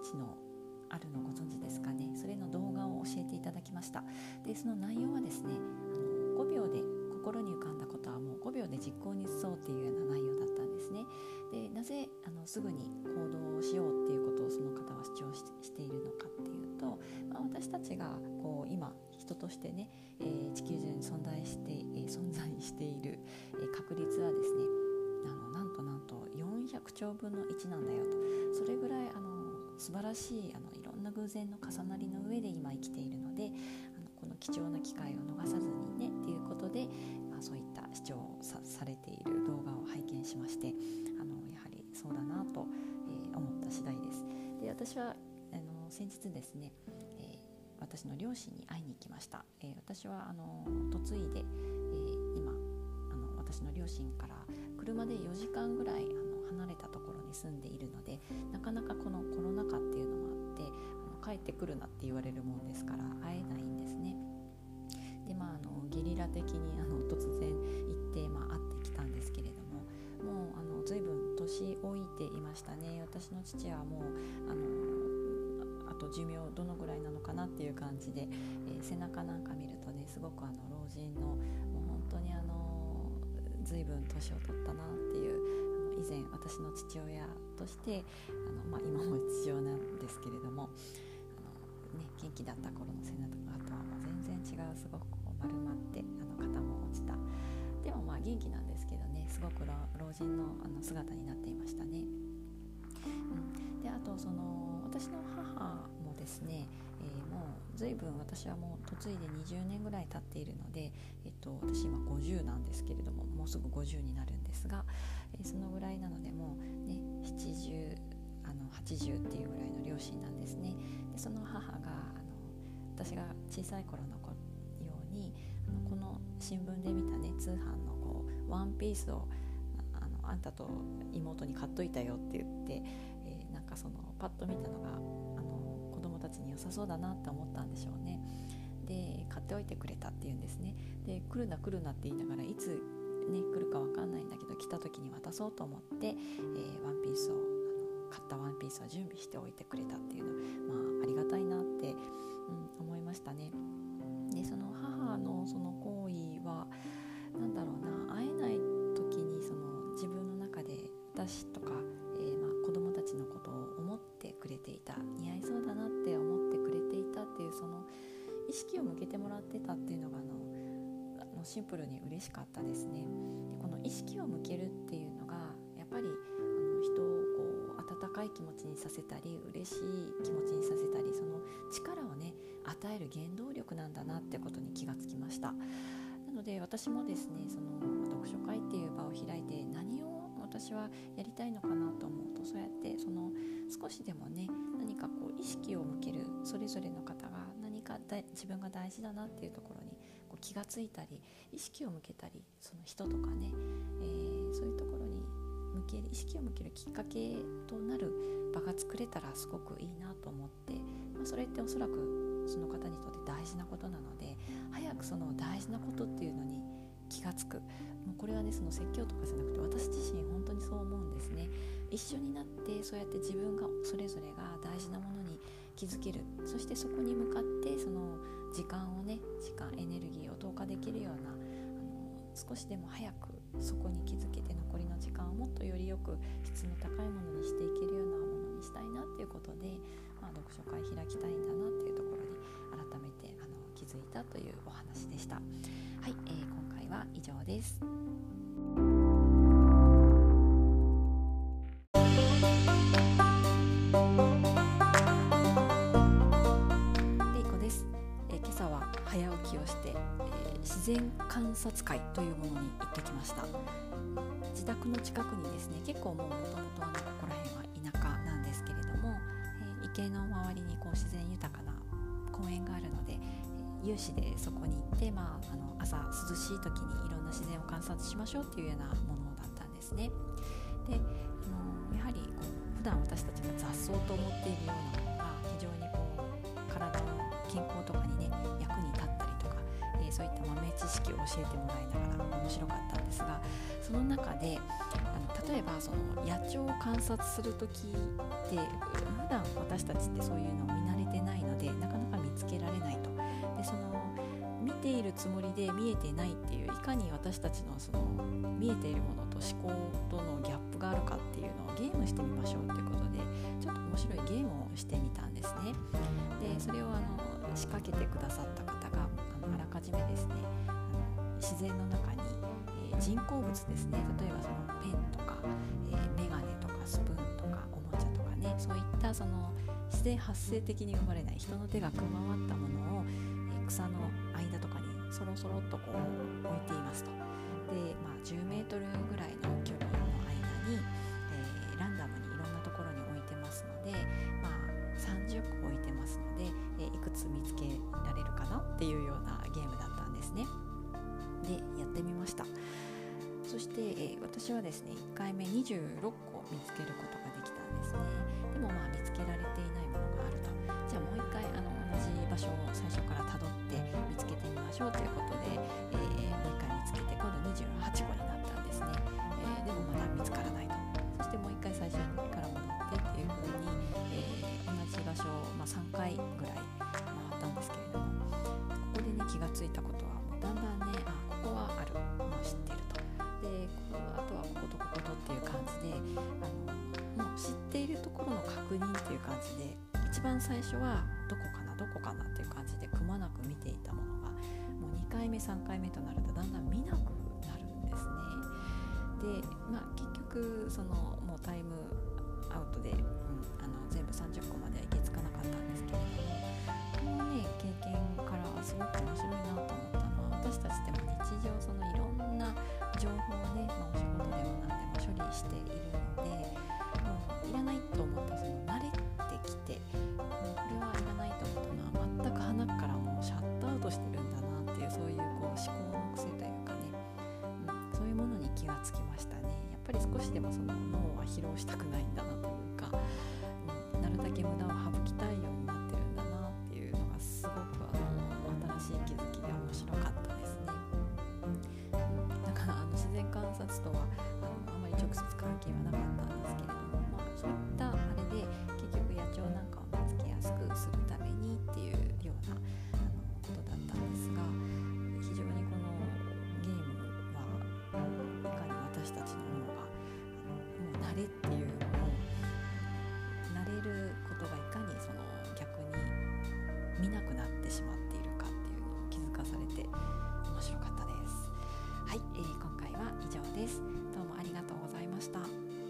知のあるのご存知ですかね。それの動画を教えていただきました。でその内容はですね、5秒で心に浮かんだことはもう5秒で実行に移そうっていうような内容だったんですね。でなぜすぐに行動をしようっていうことをその方は主張しているのかっていうと、私たちが今人としてね、地球上に存在している、確率はですね、なんと400兆分の1なんだよと。それぐらい素晴らしいいろんな偶然の重なりの上で今生きているので、この貴重な機会を逃さずにねっていうことで、そういった主張を されている動画を拝見しまして、やはりそうだなと、思った次第です。で私は先日ですね、私の両親に会いに行きました。私は嫁いで、今私の両親から車で4時間ぐらい離れたところに住んでいるので、なかなかこのコロナ禍っていうのもあって帰ってくるなって言われるもんですから会えないんですね。でゲリラ的に突然行って、会ってきたんですけれども、もう随分年老いていましたね。私の父はもうあと寿命どのぐらいなのかなっていう感じで、背中なんか見るとね、すごく老人のもう本当に随分年を取ったなっていう、以前私の父親として今も父親なんですけれども、元気だった頃の背中とはもう全然違う、すごく丸まって肩も落ちた、でも元気なんですけどね、すごく老人の姿になっていましたね。であと私の母もですね、もう随分私はもう嫁いで20年ぐらい経っているので、私今50なんですけれども、もうすぐ50になるんですが、そのぐらいなのでもうね70、80っていうぐらいの両親なんですね。でその母が私が小さい頃のようにこの新聞で見たね通販のワンピースをあんたと妹に買っといたよって言って、なんかパッと見たのが子供たちに良さそうだなって思ったんでしょうね。で買っておいてくれたっていうんですね。で来るなって言いながら、いつね来るか分かんないんだけど来た時に渡そうと思って、ワンピースを買ったワンピースを準備しておいてくれたっていうの、ありがたいなって、思いましたね。でその母のその行為は会えない時に自分の中で私とか、子供たちのことを思ってくれていた、似合いそうだなって思ってくれていたっていうその意識を向けてもらってたっていうのがシンプルに嬉しかったですね。でこの意識を向けるっていうのがやっぱり人を温かい気持ちにさせたり嬉しい気持ちにさせたり、その力をね与える原動力なんだなってことに気がつきました。なので私もですね、読書会っていう場を開いて何を私はやりたいのかなと思うと、そうやって少しでもね何か意識を向ける、それぞれの方が何か自分が大事だなっていうところに気がついたり意識を向けたり、その人とかね、そういうところに意識を向けるきっかけとなる場が作れたらすごくいいなと思って、それっておそらくその方にとって大事なことなので、早くその大事なことっていうのに気がつく。もうこれはね説教とかじゃなくて、私自身本当にそう思うんですね。一緒になってそうやって自分がそれぞれが大事なものに気づける、そしてそこに向かってその時間エネルギーを投下できるような少しでも早くそこに気づけて、残りの時間をもっとよりよく質の高いものにしていけるようなものにしたいなっていうことで、読書会開きたいんだなっていうところに改めて気づいたというお話でした。はい、今回は以上です。今朝は早起きをして、自然観察会というものに行ってきました。自宅の近くにですね、結構もともとここら辺は田舎なんですけれども、池の周りに自然豊かな公園があるので、有志でそこに行って、朝涼しい時にいろんな自然を観察しましょうっていうようなものだったんですね。でやはり普段私たちが雑草と思っているようなものが非常に体の健康とかにね役に立ったりとか、 そういった豆知識を教えてもらいながら面白かったんですが、その中で例えばその野鳥を観察する時って普段私たちってそういうのを見慣れてないのでなかなか見つけられないと。でその見ているつもりで見えてないっていう、いかに私たちのその見えているものと思考とのギャップがあるかっていうのをゲームしてみましょうということで、ちょっと面白いゲームをしてみたんですね。でそれを仕掛けてくださった方があらかじめですね、自然の中に、人工物ですね、例えばそのペンとか、メガネとかスプーンとかおもちゃとかね、そういったその自然発生的に生まれない人の手が加わったものを、草の間とかにそろそろっとこう置いていますと。で、10メートルぐらいの距離の間に、ランダムにいろんなところに置いてますので、30個置いてますので、いくつ見つけられるかなっていうようなゲームだったんですね。でやってみました。そして、私はですね1回目26個見つけることができたんですね。でも見つけられていないものがあると、じゃあもう一回同じ場所を最初からたどって見つけてみましょうということで、もう一回見つけて今度28個になったんですね。でもまだ見つからないと。そしてもう一回最初から戻ってっていう風に、同じ場所を、3回ぐらい回ったんですけれども、ここでね気がついたことはもうだんだんね、ここはある、もう知ってると。であとはこことこことっていう感じで、もう知っているところの確認っていう感じで、一番最初はどこかなっていう感じでくまなく見ていたものが、もう2回目3回目となるとだんだん見なくなるんですね。で、結局そのもうタイムアウトで、全部30個までは行き着かなかったんですけれども、このね経験からすごく面白いなと思ったのは、私たちでも日常そのいろんな情報をね、お仕事でも何でも処理しているので、いらないと思ったその慣れてきて、これはいらないと思ったのは全く鼻からもうシャットアウトしてるんだなっていう、そういうこう思考の癖というかね、そういうものに気がつきましたね。やっぱり少しでもその脳は疲労したくないんだなというか、なるだけ無駄を省きたいようになってるんだなっていうのがすごく新しい気づきで面白かったですね。だから自然観察とはあまり直接関係はなかったんですけれども、そういったあれで結局野鳥なんかを見つけやすくするためにっていうようなことだったんですが、非常にこのゲームはいかに私たちの脳がもう慣れっていうのを慣れることがいかにその逆に見なくなってしまっているかっていうのを気づかされて面白かったです。はい、今回は以上です。どうもありがとうございました。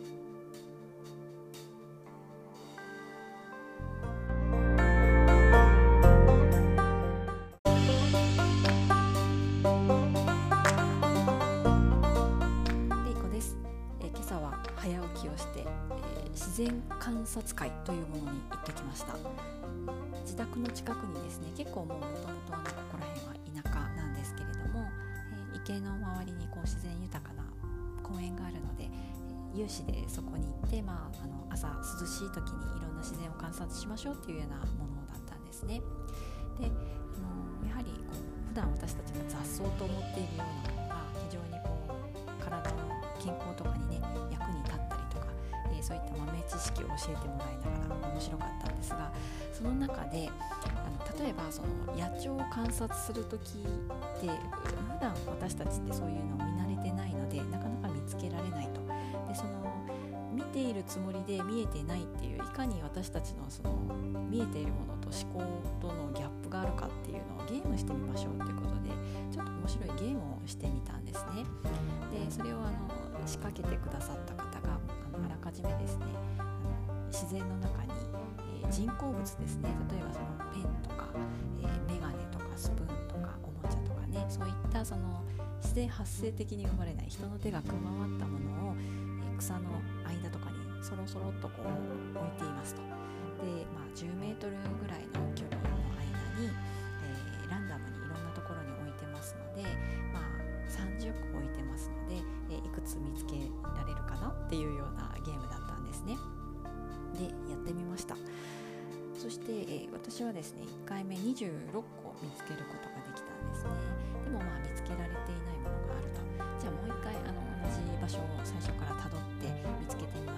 早起きをして、自然観察会というものに行ってきました。自宅の近くにですね、結構もともとここら辺は田舎なんですけれども、池の周りにこう自然豊かな公園があるので、有志でそこに行って、朝涼しい時にいろんな自然を観察しましょうっていうようなものだったんですね。で、やはりこう普段私たちが雑草と思っているようなものが非常にこう体の健康とかにね役に立ったりとか、そういった豆知識を教えてもらいながら面白かったんですが、その中で例えばその野鳥を観察する時って普段私たちってそういうのを見慣れてないのでなかなか見つけられないと。でその見ているつもりで見えてないっていう、いかに私たちのその見えているものと思考とのギャップがあるかっていうのをゲームしてみましょうということで、ちょっと面白いゲームをしてみたんですね。でそれを仕掛けてくださった方があらかじめですね、自然の中に、人工物ですね、例えばそのペンとか、メガネとかスプーンとかおもちゃとかね、そういったその自然発生的に生まれない人の手が加わったものを、草の間とかにそろそろっとこう置いていますと。で、10メートルぐらいの距離の間に、ランダムにいろんなところに置いてますので、30個置いてますので、いくつ見つけられるかなっていうようなゲームだったんですね。でやってみました。そして、私はですね1回目26個見つけることができたんですね。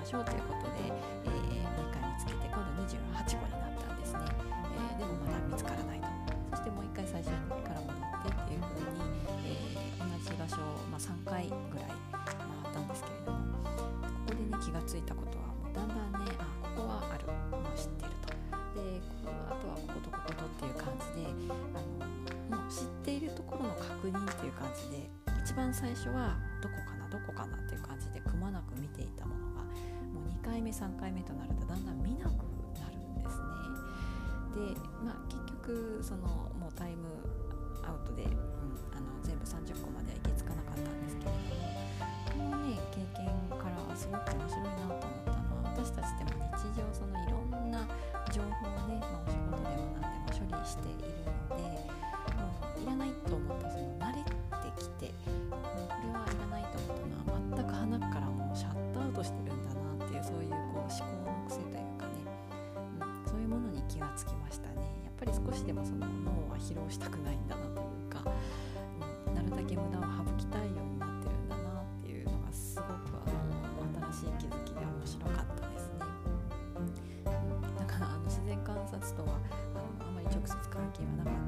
しょうということで、もう一回見つけて今度28個になったんですね。でもまだ見つからないと。そしてもう一回最初から戻ってっていう風に、同じ場所を、3回ぐらい回ったんですけれども、ここでね気がついたことはもうだんだんね、ここはある、もう知ってると。であとはこことこことっていう感じで、もう知っているところの確認っていう感じで、一番最初はどこかなっていう感じでくまなく見ていたものが、もう2回目3回目となるとだんだん見なくなるんですね。で、結局もうタイムアウトで、全部30個までは行き着かなかったんですけれども、このね経験からすごく面白いなと思ったのは、私たちでも日常いろんな情報をね、お仕事でも何でも処理しているので、いらないと思った慣れてきて、これはいらないと思ったのは全く鼻からもうシャットアウトしてるんだなっていう、そういう思考の癖というかね、そういうものに気がつきましたね。やっぱり少しでも脳は疲労したくないんだなというか、なるだけ無駄を省きたいようになってるんだなっていうのがすごく新しい気づきで面白かったですね。だから自然観察とはあまり直接関係はなかっ